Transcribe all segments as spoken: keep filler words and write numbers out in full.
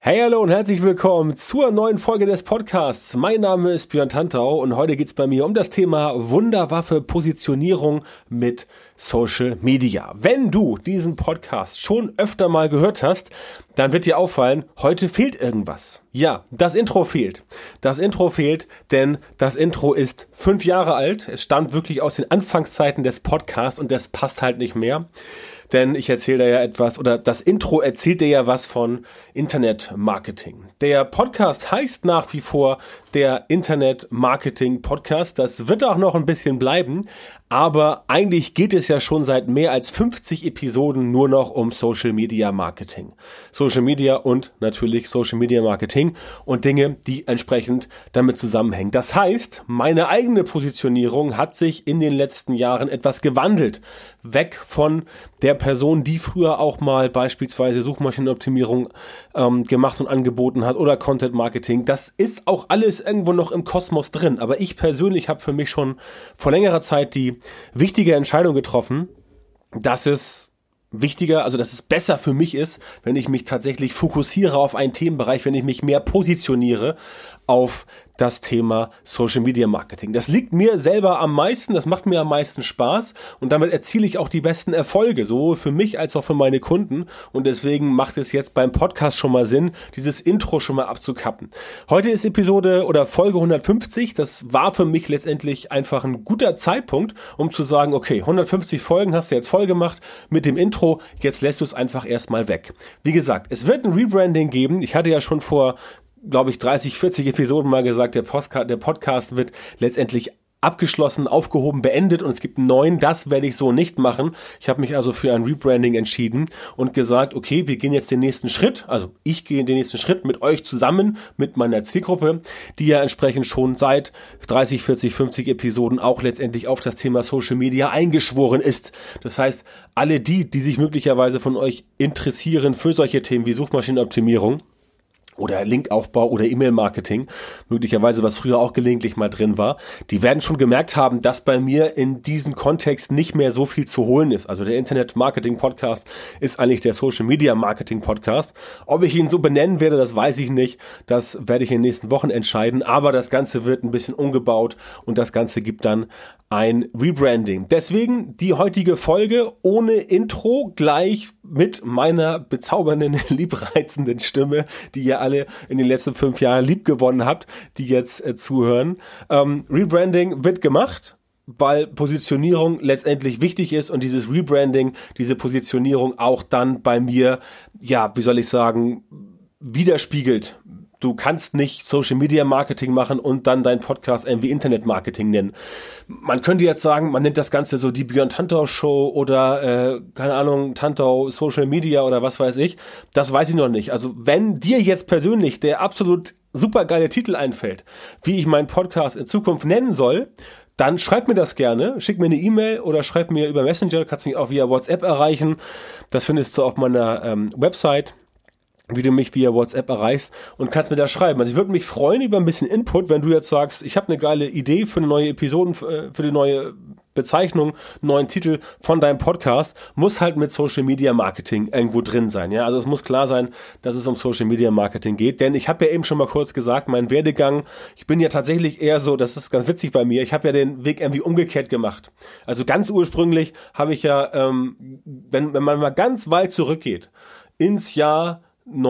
Hey, hallo und herzlich willkommen zur neuen Folge des Podcasts. Mein Name ist Björn Tantau und heute geht's bei mir um das Thema Wunderwaffe Positionierung mit Social Media. Wenn du diesen Podcast schon öfter mal gehört hast, dann wird dir auffallen, heute fehlt irgendwas. Ja, das Intro fehlt. Das Intro fehlt, denn das Intro ist fünf Jahre alt. Es stammt wirklich aus den Anfangszeiten des Podcasts und das passt halt nicht mehr. Denn ich erzähle da ja etwas, oder das Intro erzählt dir ja was von Internet-Marketing. Der Podcast heißt nach wie vor der Internet-Marketing-Podcast. Das wird auch noch ein bisschen bleiben, aber eigentlich geht es ja schon seit mehr als fünfzig Episoden nur noch um Social-Media-Marketing. Social Media und natürlich Social-Media-Marketing und Dinge, die entsprechend damit zusammenhängen. Das heißt, meine eigene Positionierung hat sich in den letzten Jahren etwas gewandelt. Weg von der Person, die früher auch mal beispielsweise Suchmaschinenoptimierung ähm, gemacht und angeboten hat oder Content Marketing. Das ist auch alles irgendwo noch im Kosmos drin. Aber ich persönlich habe für mich schon vor längerer Zeit die wichtige Entscheidung getroffen, dass es wichtiger, also dass es besser für mich ist, wenn ich mich tatsächlich fokussiere auf einen Themenbereich, wenn ich mich mehr positioniere auf das Thema Social Media Marketing. Das liegt mir selber am meisten, das macht mir am meisten Spaß und damit erziele ich auch die besten Erfolge, sowohl für mich als auch für meine Kunden und deswegen macht es jetzt beim Podcast schon mal Sinn, dieses Intro schon mal abzukappen. Heute ist Episode oder Folge hundertfünfzig, das war für mich letztendlich einfach ein guter Zeitpunkt, um zu sagen, okay, hundertfünfzig Folgen hast du jetzt voll gemacht mit dem Intro, jetzt lässt du es einfach erstmal weg. Wie gesagt, es wird ein Rebranding geben, ich hatte ja schon vor glaube ich, dreißig, vierzig Episoden mal gesagt, der Podcast, der Podcast wird letztendlich abgeschlossen, aufgehoben, beendet und es gibt einen neuen. Das werde ich so nicht machen. Ich habe mich also für ein Rebranding entschieden und gesagt, okay, wir gehen jetzt den nächsten Schritt. Also ich gehe den nächsten Schritt mit euch zusammen, mit meiner Zielgruppe, die ja entsprechend schon seit dreißig, vierzig, fünfzig Episoden auch letztendlich auf das Thema Social Media eingeschworen ist. Das heißt, alle die, die sich möglicherweise von euch interessieren für solche Themen wie Suchmaschinenoptimierung, oder Linkaufbau oder E-Mail-Marketing, möglicherweise was früher auch gelegentlich mal drin war, die werden schon gemerkt haben, dass bei mir in diesem Kontext nicht mehr so viel zu holen ist. Also der Internet-Marketing-Podcast ist eigentlich der Social-Media-Marketing-Podcast. Ob ich ihn so benennen werde, das weiß ich nicht. Das werde ich in den nächsten Wochen entscheiden. Aber das Ganze wird ein bisschen umgebaut und das Ganze gibt dann ein Rebranding. Deswegen die heutige Folge ohne Intro, gleich mit meiner bezaubernden, liebreizenden Stimme, die ihr alle in den letzten fünf Jahren lieb gewonnen habt, die jetzt äh, zuhören. Ähm, Rebranding wird gemacht, weil Positionierung letztendlich wichtig ist und dieses Rebranding, diese Positionierung auch dann bei mir, ja, wie soll ich sagen, widerspiegelt. Du kannst nicht Social Media Marketing machen und dann deinen Podcast irgendwie Internet Marketing nennen. Man könnte jetzt sagen, man nennt das Ganze so die Björn Tantau Show oder, äh, keine Ahnung, Tantau Social Media oder was weiß ich. Das weiß ich noch nicht. Also wenn dir jetzt persönlich der absolut super geile Titel einfällt, wie ich meinen Podcast in Zukunft nennen soll, dann schreib mir das gerne, schick mir eine E-Mail oder schreib mir über Messenger, kannst mich auch via WhatsApp erreichen. Das findest du auf meiner ähm, Website, wie du mich via WhatsApp erreichst und kannst mir da schreiben. Also ich würde mich freuen über ein bisschen Input, wenn du jetzt sagst, ich habe eine geile Idee für eine neue Episode, für die neue Bezeichnung, einen neuen Titel von deinem Podcast, muss halt mit Social Media Marketing irgendwo drin sein. Ja, also es muss klar sein, dass es um Social Media Marketing geht, denn ich habe ja eben schon mal kurz gesagt, mein Werdegang, ich bin ja tatsächlich eher so, das ist ganz witzig bei mir, ich habe ja den Weg irgendwie umgekehrt gemacht. Also ganz ursprünglich habe ich ja, ähm, wenn, wenn man mal ganz weit zurückgeht, ins Jahr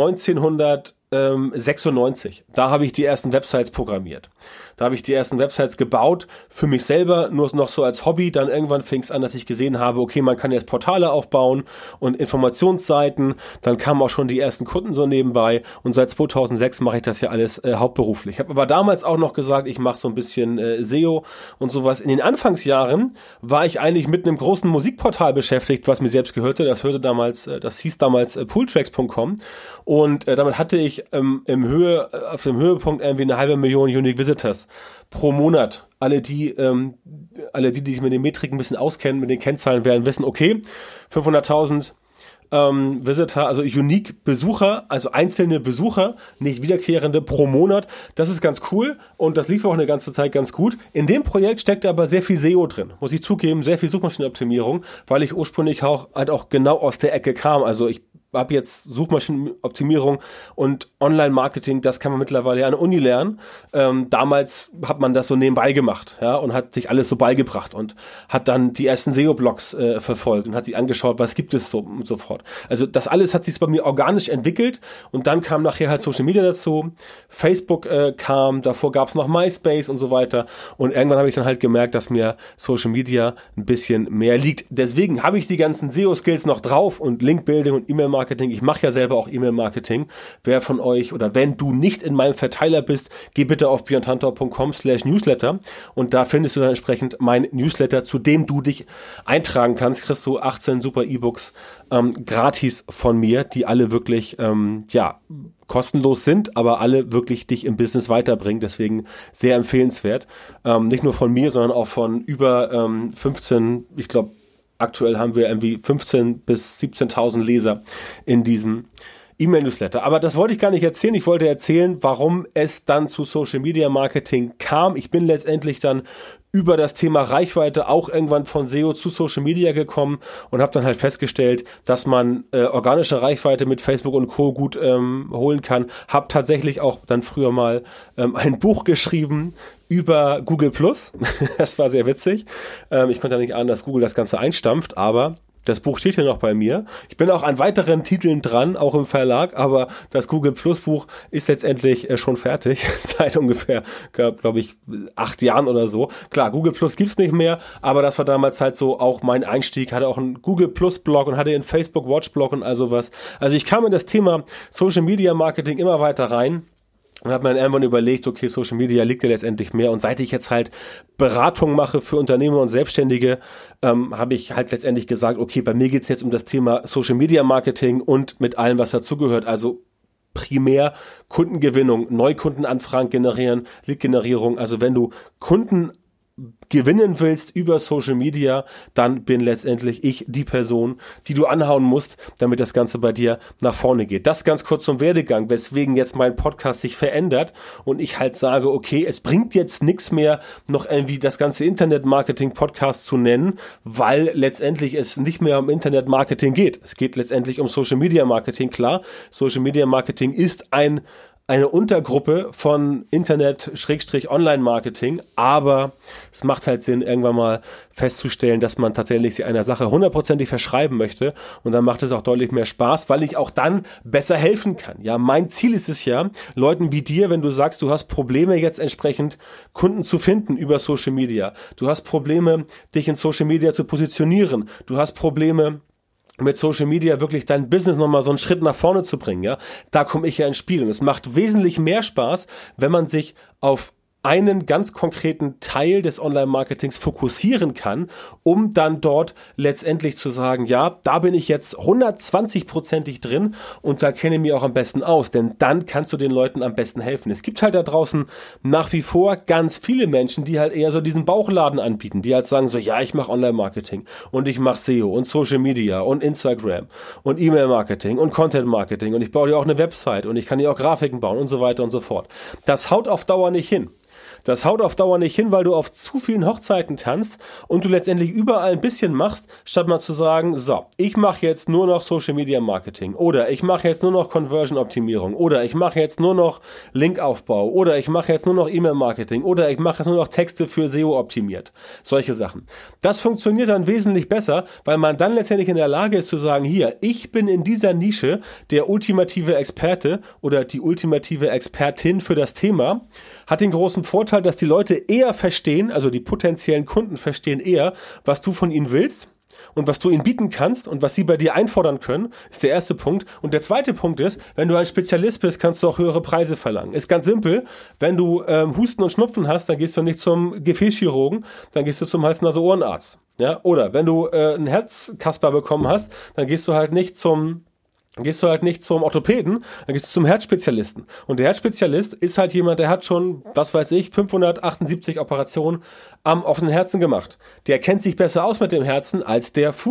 neunzehnhundertsechsundneunzig. Da habe ich die ersten Websites programmiert. Da habe ich die ersten Websites gebaut, für mich selber, nur noch so als Hobby. Dann irgendwann fing es an, dass ich gesehen habe, okay, man kann jetzt Portale aufbauen und Informationsseiten. Dann kamen auch schon die ersten Kunden so nebenbei. Und seit zweitausendsechs mache ich das ja alles äh, hauptberuflich. Ich habe aber damals auch noch gesagt, ich mache so ein bisschen äh, S E O und sowas. In den Anfangsjahren war ich eigentlich mit einem großen Musikportal beschäftigt, was mir selbst gehörte. Das hörte damals, äh, das hieß damals äh, pooltracks punkt com. Und äh, damit hatte ich ähm, im Höhe, auf dem Höhepunkt irgendwie eine halbe Million Unique Visitors pro Monat. Alle die, ähm, alle die, die sich mit den Metriken ein bisschen auskennen, mit den Kennzahlen, werden wissen, okay, fünfhunderttausend ähm, Visitor, also Unique Besucher, also einzelne Besucher, nicht wiederkehrende pro Monat. Das ist ganz cool und das lief auch eine ganze Zeit ganz gut. In dem Projekt steckt aber sehr viel S E O drin, muss ich zugeben, sehr viel Suchmaschinenoptimierung, weil ich ursprünglich auch halt auch genau aus der Ecke kam. Also ich habe jetzt Suchmaschinenoptimierung und Online-Marketing, das kann man mittlerweile ja an der Uni lernen. Ähm, damals hat man das so nebenbei gemacht, ja, und hat sich alles so beigebracht und hat dann die ersten S E O-Blogs äh, verfolgt und hat sich angeschaut, was gibt es so und so fort. Also das alles hat sich bei mir organisch entwickelt und dann kam nachher halt Social Media dazu, Facebook äh, kam, davor gab es noch MySpace und so weiter und irgendwann habe ich dann halt gemerkt, dass mir Social Media ein bisschen mehr liegt. Deswegen habe ich die ganzen S E O-Skills noch drauf und Link-Building und E-Mail-Marketing. Ich mache ja selber auch E-Mail-Marketing. Wer von euch oder wenn du nicht in meinem Verteiler bist, geh bitte auf björn tantau punkt com slash newsletter und da findest du dann entsprechend mein Newsletter, zu dem du dich eintragen kannst. Kriegst du achtzehn super E-Books ähm, gratis von mir, die alle wirklich, ähm, ja, kostenlos sind, aber alle wirklich dich im Business weiterbringen. Deswegen sehr empfehlenswert. Ähm, nicht nur von mir, sondern auch von über ähm, fünfzehn, ich glaube, aktuell haben wir irgendwie fünfzehntausend bis siebzehntausend Leser in diesem E-Mail-Newsletter. Aber das wollte ich gar nicht erzählen. Ich wollte erzählen, warum es dann zu Social Media Marketing kam. Ich bin letztendlich dann über das Thema Reichweite auch irgendwann von S E O zu Social Media gekommen und habe dann halt festgestellt, dass man äh, organische Reichweite mit Facebook und Co. gut ähm, holen kann. Habe tatsächlich auch dann früher mal ähm, ein Buch geschrieben über Google Plus. Das war sehr witzig. Ähm, ich konnte ja nicht ahnen, dass Google das Ganze einstampft, aber das Buch steht hier noch bei mir. Ich bin auch an weiteren Titeln dran, auch im Verlag, aber das Google Plus Buch ist letztendlich äh, schon fertig, seit ungefähr, glaube ich, acht Jahren oder so. Klar, Google Plus gibt's nicht mehr, aber das war damals halt so auch mein Einstieg. Hatte auch einen Google Plus Blog und hatte einen Facebook Watch Blog und all sowas. Also ich kam in das Thema Social Media Marketing immer weiter rein. Und habe mir dann irgendwann überlegt, okay, Social Media liegt ja letztendlich mehr. Und seit ich jetzt halt Beratung mache für Unternehmer und Selbstständige, ähm, habe ich halt letztendlich gesagt, okay, bei mir geht's jetzt um das Thema Social Media Marketing und mit allem, was dazugehört. Also primär Kundengewinnung, Neukundenanfragen generieren, Lead-Generierung. Also wenn du Kunden gewinnen willst über Social Media, dann bin letztendlich ich die Person, die du anhauen musst, damit das Ganze bei dir nach vorne geht. Das ganz kurz zum Werdegang, weswegen jetzt mein Podcast sich verändert und ich halt sage, okay, es bringt jetzt nichts mehr, noch irgendwie das ganze Internet-Marketing-Podcast zu nennen, weil letztendlich es nicht mehr um Internet-Marketing geht. Es geht letztendlich um Social-Media-Marketing, klar. Social-Media-Marketing ist ein eine Untergruppe von Internet-Online-Marketing, aber es macht halt Sinn, irgendwann mal festzustellen, dass man tatsächlich sich einer Sache hundertprozentig verschreiben möchte und dann macht es auch deutlich mehr Spaß, weil ich auch dann besser helfen kann. Ja, mein Ziel ist es ja, Leuten wie dir, wenn du sagst, du hast Probleme jetzt entsprechend Kunden zu finden über Social Media, du hast Probleme, dich in Social Media zu positionieren, du hast Probleme, mit Social Media wirklich dein Business nochmal so einen Schritt nach vorne zu bringen, ja, da komme ich ja ins Spiel und es macht wesentlich mehr Spaß, wenn man sich auf einen ganz konkreten Teil des Online-Marketings fokussieren kann, um dann dort letztendlich zu sagen, ja, da bin ich jetzt hundertzwanzig-prozentig drin und da kenne ich mich auch am besten aus, denn dann kannst du den Leuten am besten helfen. Es gibt halt da draußen nach wie vor ganz viele Menschen, die halt eher so diesen Bauchladen anbieten, die halt sagen so, ja, ich mache Online-Marketing und ich mache S E O und Social Media und Instagram und E-Mail-Marketing und Content-Marketing und ich baue dir auch eine Website und ich kann dir auch Grafiken bauen und so weiter und so fort. Das haut auf Dauer nicht hin. Das haut auf Dauer nicht hin, weil du auf zu vielen Hochzeiten tanzt und du letztendlich überall ein bisschen machst, statt mal zu sagen, so, ich mache jetzt nur noch Social Media Marketing oder ich mache jetzt nur noch Conversion Optimierung oder ich mache jetzt nur noch Linkaufbau oder ich mache jetzt nur noch E-Mail Marketing oder ich mache jetzt nur noch Texte für S E O optimiert. Solche Sachen. Das funktioniert dann wesentlich besser, weil man dann letztendlich in der Lage ist zu sagen, hier, ich bin in dieser Nische der ultimative Experte oder die ultimative Expertin für das Thema, hat den großen Vorteil, dass die Leute eher verstehen, also die potenziellen Kunden verstehen eher, was du von ihnen willst und was du ihnen bieten kannst und was sie bei dir einfordern können, ist der erste Punkt. Und der zweite Punkt ist, wenn du ein Spezialist bist, kannst du auch höhere Preise verlangen. Ist ganz simpel, wenn du ähm, Husten und Schnupfen hast, dann gehst du nicht zum Gefäßchirurgen, dann gehst du zum Hals-Nase-Ohrenarzt. Ja? Oder wenn du äh, einen Herzkasper bekommen hast, dann gehst du halt nicht zum Dann gehst du halt nicht zum Orthopäden, dann gehst du zum Herzspezialisten. Und der Herzspezialist ist halt jemand, der hat schon, was weiß ich, fünfhundertachtundsiebzig Operationen am offenen Herzen gemacht. Der kennt sich besser aus mit dem Herzen als der Fuß-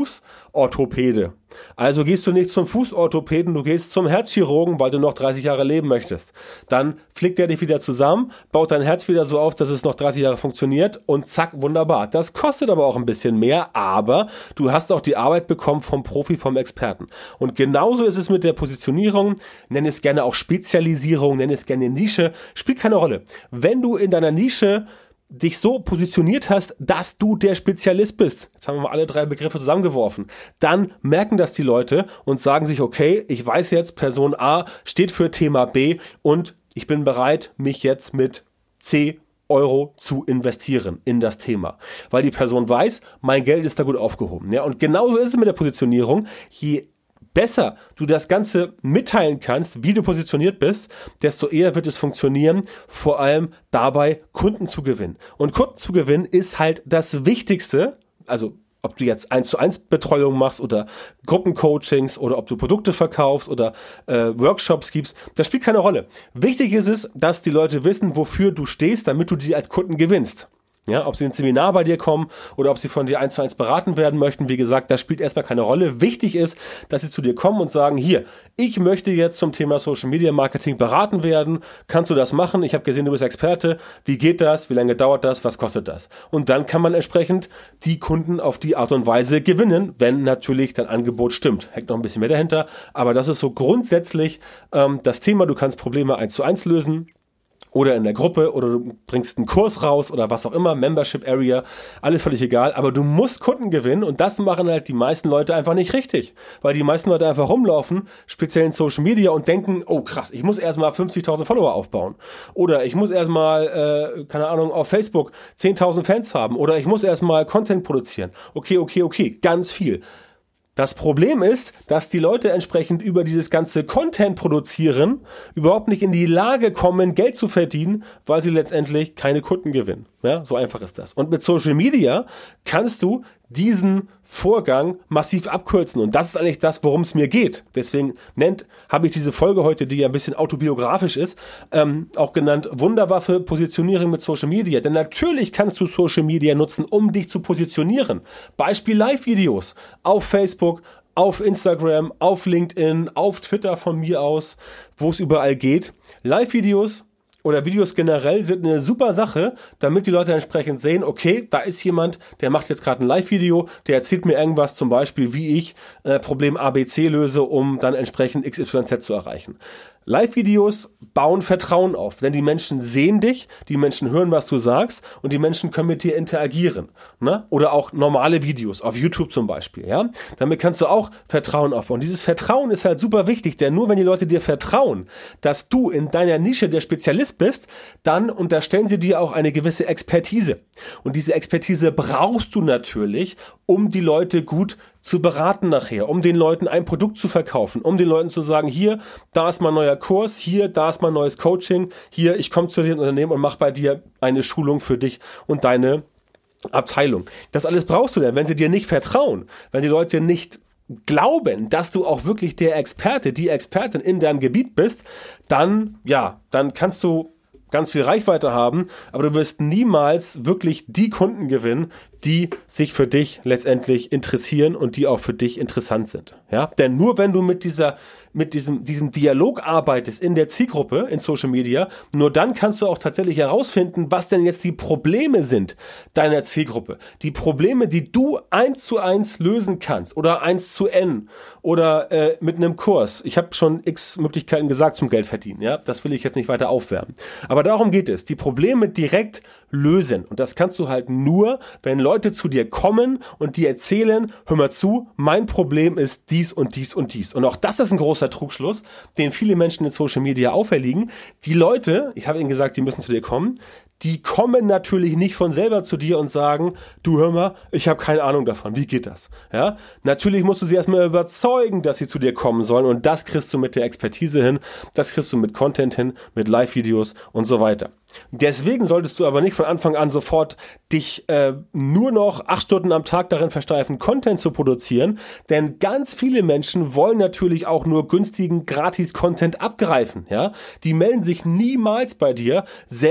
Fußorthopäde. Also gehst du nicht zum Fußorthopäden, du gehst zum Herzchirurgen, weil du noch dreißig Jahre leben möchtest. Dann flickt er dich wieder zusammen, baut dein Herz wieder so auf, dass es noch dreißig Jahre funktioniert und zack, wunderbar. Das kostet aber auch ein bisschen mehr, aber du hast auch die Arbeit bekommen vom Profi, vom Experten. Und genauso ist es mit der Positionierung, nenn es gerne auch Spezialisierung, nenn es gerne Nische, spielt keine Rolle. Wenn du in deiner Nische dich so positioniert hast, dass du der Spezialist bist, jetzt haben wir mal alle drei Begriffe zusammengeworfen, dann merken das die Leute und sagen sich, okay, ich weiß jetzt, Person A steht für Thema B und ich bin bereit, mich jetzt mit C Euro zu investieren in das Thema, weil die Person weiß, mein Geld ist da gut aufgehoben. Ja, und genauso ist es mit der Positionierung. Je besser du das Ganze mitteilen kannst, wie du positioniert bist, desto eher wird es funktionieren, vor allem dabei Kunden zu gewinnen. Und Kunden zu gewinnen ist halt das Wichtigste, also ob du jetzt eins zu eins Betreuung machst oder Gruppencoachings oder ob du Produkte verkaufst oder äh, Workshops gibst, das spielt keine Rolle. Wichtig ist es, dass die Leute wissen, wofür du stehst, damit du die als Kunden gewinnst. Ja, ob sie ins Seminar bei dir kommen oder ob sie von dir eins zu eins beraten werden möchten, wie gesagt, das spielt erstmal keine Rolle. Wichtig ist, dass sie zu dir kommen und sagen, hier, ich möchte jetzt zum Thema Social Media Marketing beraten werden. Kannst du das machen? Ich habe gesehen, du bist Experte. Wie geht das? Wie lange dauert das? Was kostet das? Und dann kann man entsprechend die Kunden auf die Art und Weise gewinnen, wenn natürlich dein Angebot stimmt. Hängt noch ein bisschen mehr dahinter, aber das ist so grundsätzlich ähm, das Thema. Du kannst Probleme eins zu eins lösen. Oder in der Gruppe, oder du bringst einen Kurs raus oder was auch immer, Membership Area, alles völlig egal, aber du musst Kunden gewinnen und das machen halt die meisten Leute einfach nicht richtig, weil die meisten Leute einfach rumlaufen, speziell in Social Media und denken, oh krass, ich muss erstmal fünfzigtausend Follower aufbauen oder ich muss erstmal, äh, keine Ahnung, auf Facebook zehntausend Fans haben oder ich muss erstmal Content produzieren. Okay, okay, okay, ganz viel. Das Problem ist, dass die Leute entsprechend über dieses ganze Content produzieren überhaupt nicht in die Lage kommen, Geld zu verdienen, weil sie letztendlich keine Kunden gewinnen. Ja, so einfach ist das. Und mit Social Media kannst du diesen Vorgang massiv abkürzen. Und das ist eigentlich das, worum es mir geht. Deswegen nennt, habe ich diese Folge heute, die ja ein bisschen autobiografisch ist, ähm, auch genannt Wunderwaffe Positionierung mit Social Media. Denn natürlich kannst du Social Media nutzen, um dich zu positionieren. Beispiel Live-Videos auf Facebook, auf Instagram, auf LinkedIn, auf Twitter von mir aus, wo es überall geht. Live-Videos oder Videos generell sind eine super Sache, damit die Leute entsprechend sehen, okay, da ist jemand, der macht jetzt gerade ein Live-Video, der erzählt mir irgendwas, zum Beispiel, wie ich äh, Problem A B C löse, um dann entsprechend X Y Z zu erreichen. Live-Videos bauen Vertrauen auf, denn die Menschen sehen dich, die Menschen hören, was du sagst und die Menschen können mit dir interagieren. Ne? Oder auch normale Videos, auf YouTube zum Beispiel. Ja? Damit kannst du auch Vertrauen aufbauen. Dieses Vertrauen ist halt super wichtig, denn nur wenn die Leute dir vertrauen, dass du in deiner Nische der Spezialist bist, dann unterstellen sie dir auch eine gewisse Expertise. Und diese Expertise brauchst du natürlich, um die Leute gut zu beraten nachher, um den Leuten ein Produkt zu verkaufen, um den Leuten zu sagen, hier, da ist mein neuer Kurs, hier, da ist mein neues Coaching, hier, ich komme zu dir ins Unternehmen und mache bei dir eine Schulung für dich und deine Abteilung. Das alles brauchst du denn, wenn sie dir nicht vertrauen, wenn die Leute nicht glauben, dass du auch wirklich der Experte, die Expertin in deinem Gebiet bist, dann, ja, dann kannst du ganz viel Reichweite haben, aber du wirst niemals wirklich die Kunden gewinnen, die sich für dich letztendlich interessieren und die auch für dich interessant sind. Ja, denn nur wenn du mit dieser, mit diesem, diesem Dialog arbeitest in der Zielgruppe, in Social Media, nur dann kannst du auch tatsächlich herausfinden, was denn jetzt die Probleme sind deiner Zielgruppe. Die Probleme, die du eins zu eins lösen kannst oder eins zu n oder äh, mit einem Kurs. Ich habe schon x Möglichkeiten gesagt zum Geld verdienen. Ja, das will ich jetzt nicht weiter aufwärmen. Aber darum geht es, die Probleme direkt lösen. Und das kannst du halt nur, wenn Leute zu dir kommen und dir erzählen, hör mal zu, mein Problem ist dies und dies und dies. Und auch das ist ein großer Trugschluss, den viele Menschen in Social Media auferlegen. Die Leute, ich habe ihnen gesagt, die müssen zu dir kommen, die kommen natürlich nicht von selber zu dir und sagen, du hör mal, ich habe keine Ahnung davon, wie geht das? Ja, natürlich musst du sie erstmal überzeugen, dass sie zu dir kommen sollen und das kriegst du mit der Expertise hin, das kriegst du mit Content hin, mit Live-Videos und so weiter. Deswegen solltest du aber nicht von Anfang an sofort dich äh, nur noch acht Stunden am Tag darin versteifen, Content zu produzieren, denn ganz viele Menschen wollen natürlich auch nur günstigen Gratis-Content abgreifen. Ja, die melden sich niemals bei dir, selbst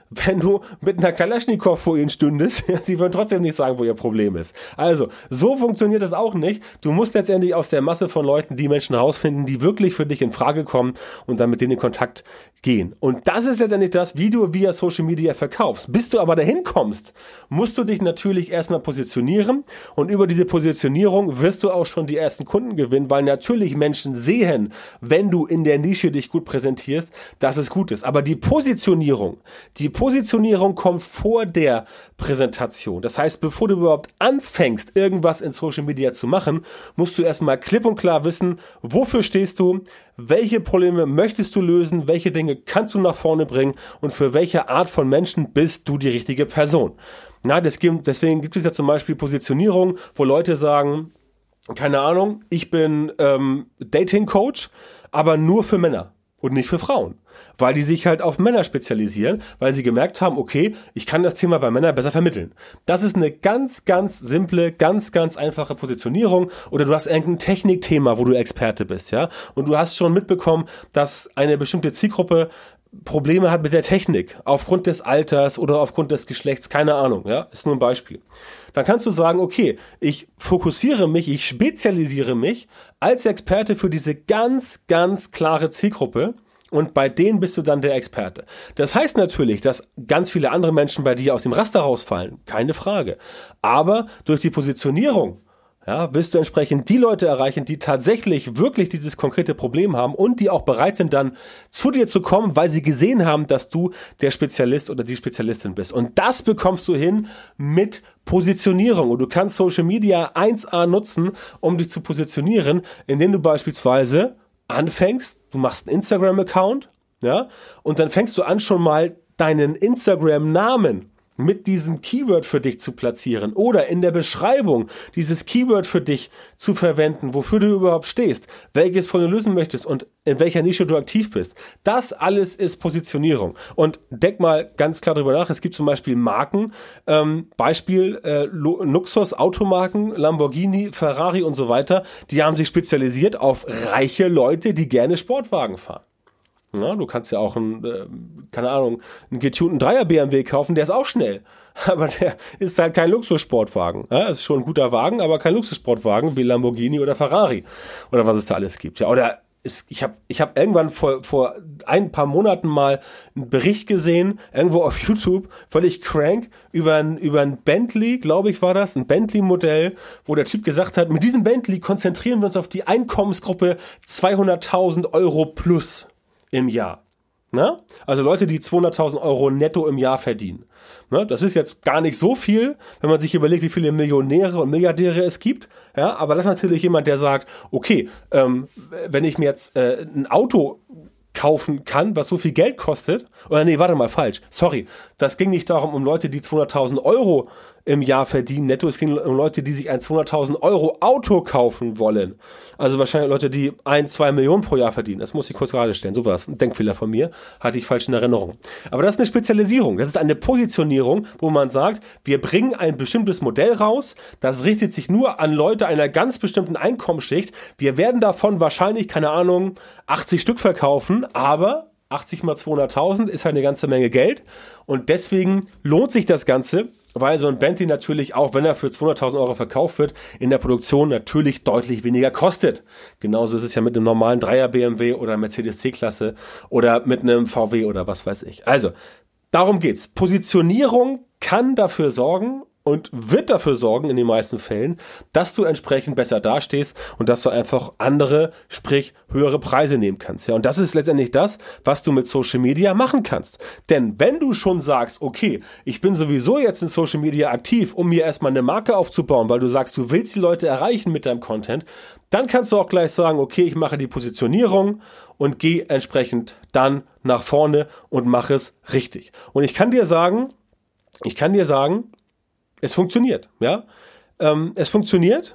wenn du mit einer Kalaschnikow vor ihnen stündest. Sie würden trotzdem nicht sagen, wo ihr Problem ist. Also, so funktioniert das auch nicht. Du musst letztendlich aus der Masse von Leuten die Menschen herausfinden, die wirklich für dich in Frage kommen und dann mit denen in Kontakt gehen. Und das ist letztendlich das, wie du via Social Media verkaufst. Bis du aber dahin kommst, musst du dich natürlich erstmal positionieren und über diese Positionierung wirst du auch schon die ersten Kunden gewinnen, weil natürlich Menschen sehen, wenn du in der Nische dich gut präsentierst, dass es gut ist. Aber die Positionierung, die Positionierung kommt vor der Präsentation. Das heißt, bevor du überhaupt anfängst, irgendwas in Social Media zu machen, musst du erstmal klipp und klar wissen, wofür stehst du, welche Probleme möchtest du lösen, welche Dinge kannst du nach vorne bringen und für welche Art von Menschen bist du die richtige Person. Na, das gibt, deswegen gibt es ja zum Beispiel Positionierung, wo Leute sagen, keine Ahnung, ich bin ähm, Dating-Coach, aber nur für Männer und nicht für Frauen. Weil die sich halt auf Männer spezialisieren, weil sie gemerkt haben, okay, ich kann das Thema bei Männern besser vermitteln. Das ist eine ganz, ganz simple, ganz, ganz einfache Positionierung. Oder du hast irgendein Technikthema, wo du Experte bist, ja. Und du hast schon mitbekommen, dass eine bestimmte Zielgruppe Probleme hat mit der Technik, aufgrund des Alters oder aufgrund des Geschlechts, keine Ahnung, ja, ist nur ein Beispiel. Dann kannst du sagen, okay, ich fokussiere mich, ich spezialisiere mich als Experte für diese ganz, ganz klare Zielgruppe und bei denen bist du dann der Experte. Das heißt natürlich, dass ganz viele andere Menschen bei dir aus dem Raster rausfallen, keine Frage. Aber durch die Positionierung, ja, wirst du entsprechend die Leute erreichen, die tatsächlich wirklich dieses konkrete Problem haben und die auch bereit sind, dann zu dir zu kommen, weil sie gesehen haben, dass du der Spezialist oder die Spezialistin bist. Und das bekommst du hin mit Positionierung. Und du kannst Social Media eins A nutzen, um dich zu positionieren, indem du beispielsweise anfängst, du machst einen Instagram-Account, ja, und dann fängst du an, schon mal deinen Instagram-Namen mit diesem Keyword für dich zu platzieren oder in der Beschreibung dieses Keyword für dich zu verwenden, wofür du überhaupt stehst, welches Problem du lösen möchtest und in welcher Nische du aktiv bist. Das alles ist Positionierung. Und denk mal ganz klar drüber nach, es gibt zum Beispiel Marken, ähm, Beispiel äh, Luxus, Automarken, Lamborghini, Ferrari und so weiter, die haben sich spezialisiert auf reiche Leute, die gerne Sportwagen fahren. Ja, du kannst ja auch einen, äh, keine Ahnung, einen getunten Dreier B M W kaufen, der ist auch schnell. Aber der ist halt kein Luxussportwagen. Ja, ist schon ein guter Wagen, aber kein Luxussportwagen wie Lamborghini oder Ferrari. Oder was es da alles gibt. Ja, oder ist, ich habe ich hab irgendwann vor, vor ein paar Monaten mal einen Bericht gesehen, irgendwo auf YouTube, völlig crank, über ein, über ein Bentley, glaube ich war das, ein Bentley-Modell, wo der Typ gesagt hat, mit diesem Bentley konzentrieren wir uns auf die Einkommensgruppe zweihunderttausend Euro plus im Jahr. Na? Also Leute, die zweihunderttausend Euro netto im Jahr verdienen. Na? Das ist jetzt gar nicht so viel, wenn man sich überlegt, wie viele Millionäre und Milliardäre es gibt. Ja, aber das ist natürlich jemand, der sagt, okay, ähm, wenn ich mir jetzt äh, ein Auto kaufen kann, was so viel Geld kostet, oder nee, warte mal, falsch, sorry, das ging nicht darum, um Leute, die zweihunderttausend Euro im Jahr verdienen netto, es ging um Leute, die sich ein zweihunderttausend Euro Auto kaufen wollen, also wahrscheinlich Leute, die ein, zwei Millionen pro Jahr verdienen, das muss ich kurz gerade stellen, so war das, ein Denkfehler von mir, hatte ich falsch in Erinnerung, aber das ist eine Spezialisierung, das ist eine Positionierung, wo man sagt, wir bringen ein bestimmtes Modell raus, das richtet sich nur an Leute einer ganz bestimmten Einkommensschicht, wir werden davon wahrscheinlich, keine Ahnung, achtzig Stück verkaufen, aber achtzig mal zweihunderttausend ist halt eine ganze Menge Geld und deswegen lohnt sich das Ganze, weil so ein Bentley natürlich, auch wenn er für zweihunderttausend Euro verkauft wird, in der Produktion natürlich deutlich weniger kostet. Genauso ist es ja mit einem normalen Dreier B M W oder Mercedes C-Klasse oder mit einem V W oder was weiß ich. Also, darum geht's. Positionierung kann dafür sorgen und wird dafür sorgen in den meisten Fällen, dass du entsprechend besser dastehst und dass du einfach andere, sprich höhere Preise nehmen kannst. Ja, und das ist letztendlich das, was du mit Social Media machen kannst. Denn wenn du schon sagst, okay, ich bin sowieso jetzt in Social Media aktiv, um mir erstmal eine Marke aufzubauen, weil du sagst, du willst die Leute erreichen mit deinem Content, dann kannst du auch gleich sagen, okay, ich mache die Positionierung und gehe entsprechend dann nach vorne und mache es richtig. Und ich kann dir sagen, ich kann dir sagen, es funktioniert, ja. Ähm, es funktioniert,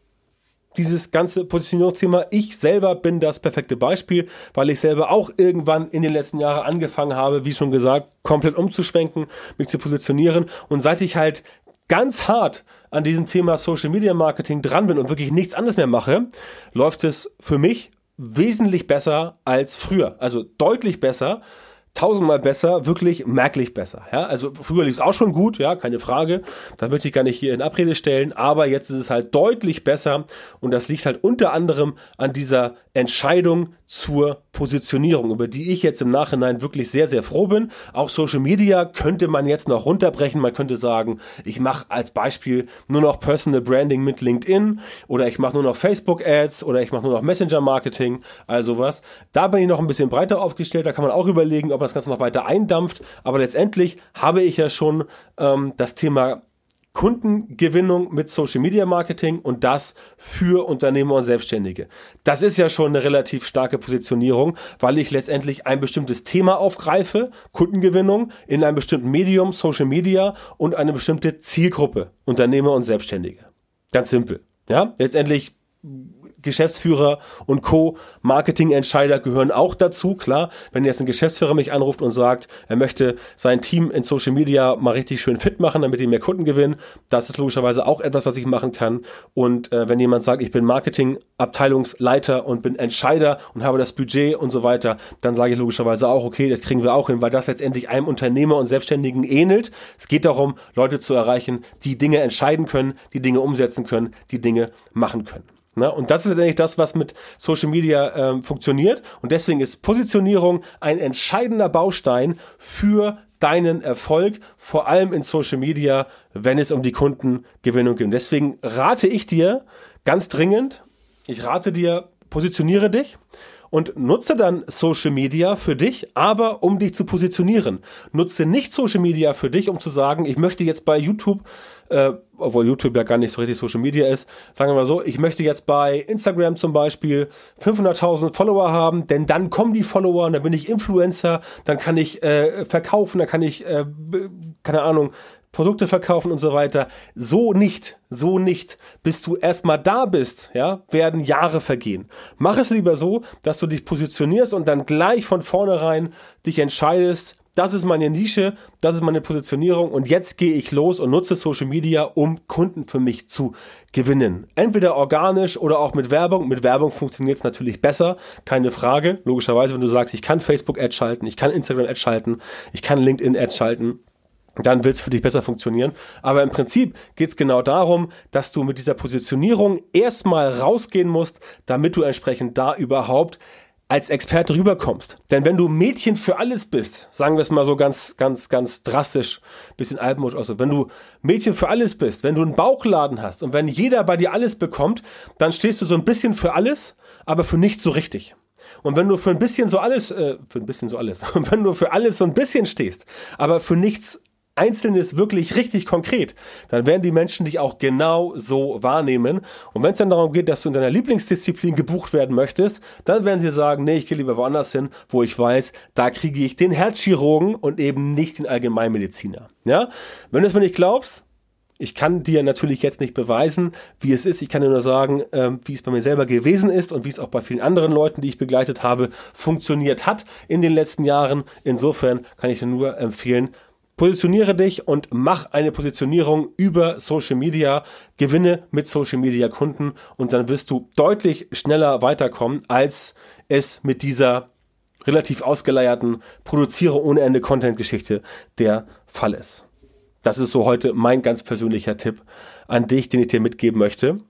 dieses ganze Positionierungsthema. Ich selber bin das perfekte Beispiel, weil ich selber auch irgendwann in den letzten Jahren angefangen habe, wie schon gesagt, komplett umzuschwenken, mich zu positionieren. Und seit ich halt ganz hart an diesem Thema Social Media Marketing dran bin und wirklich nichts anderes mehr mache, läuft es für mich wesentlich besser als früher. Also deutlich besser. tausendmal besser, wirklich merklich besser. Ja, also früher lief es auch schon gut, ja, keine Frage. Das möchte ich gar nicht hier in Abrede stellen, aber jetzt ist es halt deutlich besser und das liegt halt unter anderem an dieser Entscheidung zur Positionierung, über die ich jetzt im Nachhinein wirklich sehr, sehr froh bin. Auch Social Media könnte man jetzt noch runterbrechen. Man könnte sagen, ich mache als Beispiel nur noch Personal Branding mit LinkedIn oder ich mache nur noch Facebook Ads oder ich mache nur noch Messenger Marketing, also was. Da bin ich noch ein bisschen breiter aufgestellt. Da kann man auch überlegen, ob man das Ganze noch weiter eindampft. Aber letztendlich habe ich ja schon ähm, das Thema Kundengewinnung mit Social Media Marketing und das für Unternehmer und Selbstständige. Das ist ja schon eine relativ starke Positionierung, weil ich letztendlich ein bestimmtes Thema aufgreife, Kundengewinnung in einem bestimmten Medium, Social Media und eine bestimmte Zielgruppe, Unternehmer und Selbstständige. Ganz simpel. Ja, letztendlich Geschäftsführer und Co., Marketingentscheider gehören auch dazu, klar. Wenn jetzt ein Geschäftsführer mich anruft und sagt, er möchte sein Team in Social Media mal richtig schön fit machen, damit die mehr Kunden gewinnen, das ist logischerweise auch etwas, was ich machen kann. Und äh, wenn jemand sagt, ich bin Marketingabteilungsleiter und bin Entscheider und habe das Budget und so weiter, dann sage ich logischerweise auch, okay, das kriegen wir auch hin, weil das letztendlich einem Unternehmer und Selbstständigen ähnelt. Es geht darum, Leute zu erreichen, die Dinge entscheiden können, die Dinge umsetzen können, die Dinge machen können. Na, und das ist letztendlich das, was mit Social Media ähm, funktioniert. Und deswegen ist Positionierung ein entscheidender Baustein für deinen Erfolg, vor allem in Social Media, wenn es um die Kundengewinnung geht. Und deswegen rate ich dir ganz dringend, ich rate dir, positioniere dich und nutze dann Social Media für dich, aber um dich zu positionieren. Nutze nicht Social Media für dich, um zu sagen, ich möchte jetzt bei YouTube, äh, obwohl YouTube ja gar nicht so richtig Social Media ist, sagen wir mal so, ich möchte jetzt bei Instagram zum Beispiel fünfhunderttausend Follower haben, denn dann kommen die Follower und dann bin ich Influencer, dann kann ich äh, verkaufen, dann kann ich, äh, keine Ahnung, Produkte verkaufen und so weiter. So nicht, so nicht. Bis du erstmal da bist, ja, werden Jahre vergehen. Mach es lieber so, dass du dich positionierst und dann gleich von vornherein dich entscheidest, das ist meine Nische, das ist meine Positionierung und jetzt gehe ich los und nutze Social Media, um Kunden für mich zu gewinnen. Entweder organisch oder auch mit Werbung. Mit Werbung funktioniert es natürlich besser, keine Frage. Logischerweise, wenn du sagst, ich kann Facebook-Ads schalten, ich kann Instagram-Ads schalten, ich kann LinkedIn-Ads schalten, dann wird es für dich besser funktionieren. Aber im Prinzip geht es genau darum, dass du mit dieser Positionierung erstmal rausgehen musst, damit du entsprechend da überhaupt als Experte rüberkommst. Denn wenn du Mädchen für alles bist, sagen wir es mal so ganz, ganz, ganz drastisch, bisschen altmodisch aus, wenn du Mädchen für alles bist, wenn du einen Bauchladen hast und wenn jeder bei dir alles bekommt, dann stehst du so ein bisschen für alles, aber für nichts so richtig. Und wenn du für ein bisschen so alles, äh, für ein bisschen so alles, und wenn du für alles so ein bisschen stehst, aber für nichts Einzelnes wirklich richtig konkret, dann werden die Menschen dich auch genau so wahrnehmen. Und wenn es dann darum geht, dass du in deiner Lieblingsdisziplin gebucht werden möchtest, dann werden sie sagen, nee, ich gehe lieber woanders hin, wo ich weiß, da kriege ich den Herzchirurgen und eben nicht den Allgemeinmediziner. Ja? Wenn du es mir nicht glaubst, ich kann dir natürlich jetzt nicht beweisen, wie es ist. Ich kann dir nur sagen, ähm, wie es bei mir selber gewesen ist und wie es auch bei vielen anderen Leuten, die ich begleitet habe, funktioniert hat in den letzten Jahren. Insofern kann ich dir nur empfehlen, positioniere dich und mach eine Positionierung über Social Media, gewinne mit Social Media Kunden und dann wirst du deutlich schneller weiterkommen, als es mit dieser relativ ausgeleierten Produziere ohne Ende Content-Geschichte der Fall ist. Das ist so heute mein ganz persönlicher Tipp an dich, den ich dir mitgeben möchte.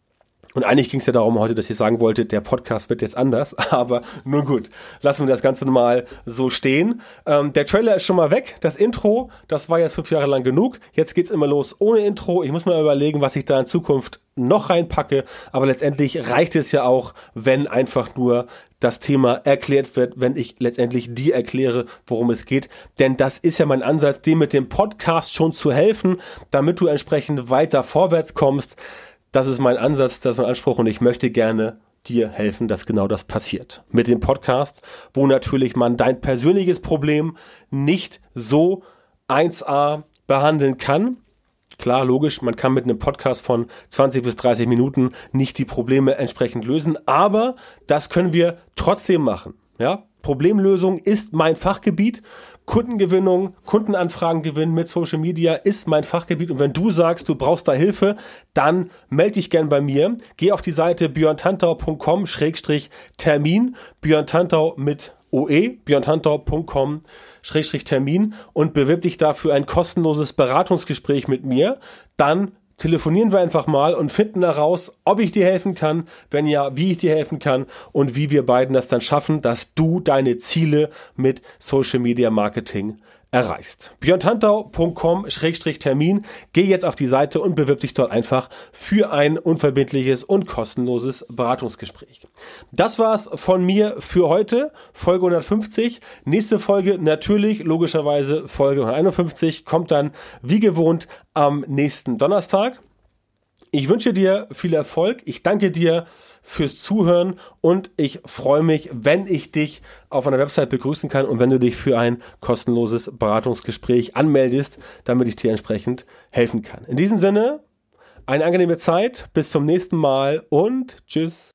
Und eigentlich ging es ja darum heute, dass ich sagen wollte, der Podcast wird jetzt anders, aber nun gut, lassen wir das Ganze mal so stehen. Ähm, der Trailer ist schon mal weg, das Intro, das war jetzt fünf Jahre lang genug. Jetzt geht's immer los ohne Intro. Ich muss mal überlegen, was ich da in Zukunft noch reinpacke, aber letztendlich reicht es ja auch, wenn einfach nur das Thema erklärt wird, wenn ich letztendlich dir erkläre, worum es geht. Denn das ist ja mein Ansatz, dir mit dem Podcast schon zu helfen, damit du entsprechend weiter vorwärts kommst. Das ist mein Ansatz, das ist mein Anspruch und ich möchte gerne dir helfen, dass genau das passiert. Mit dem Podcast, wo natürlich man dein persönliches Problem nicht so eins a behandeln kann. Klar, logisch, man kann mit einem Podcast von zwanzig bis dreißig Minuten nicht die Probleme entsprechend lösen, aber das können wir trotzdem machen. Ja? Problemlösung ist mein Fachgebiet. Kundengewinnung, Kundenanfragen gewinnen mit Social Media ist mein Fachgebiet und wenn du sagst, du brauchst da Hilfe, dann melde dich gern bei mir. Geh auf die Seite björn tantau punkt com Schrägstrich Termin, Björn Tantau mit oe, björn tantau punkt com Schrägstrich Termin und bewirb dich dafür ein kostenloses Beratungsgespräch mit mir. Dann telefonieren wir einfach mal und finden heraus, ob ich dir helfen kann, wenn ja, wie ich dir helfen kann und wie wir beiden das dann schaffen, dass du deine Ziele mit Social Media Marketing erreichst. björn tantau punkt com Schrägstrich Termin. Geh jetzt auf die Seite und bewirb dich dort einfach für ein unverbindliches und kostenloses Beratungsgespräch. Das war's von mir für heute, Folge hundertfünfzig. Nächste Folge natürlich, logischerweise Folge hunderteinundfünfzig, kommt dann wie gewohnt am nächsten Donnerstag. Ich wünsche dir viel Erfolg. Ich danke dir fürs Zuhören und ich freue mich, wenn ich dich auf meiner Website begrüßen kann und wenn du dich für ein kostenloses Beratungsgespräch anmeldest, damit ich dir entsprechend helfen kann. In diesem Sinne, eine angenehme Zeit, bis zum nächsten Mal und tschüss.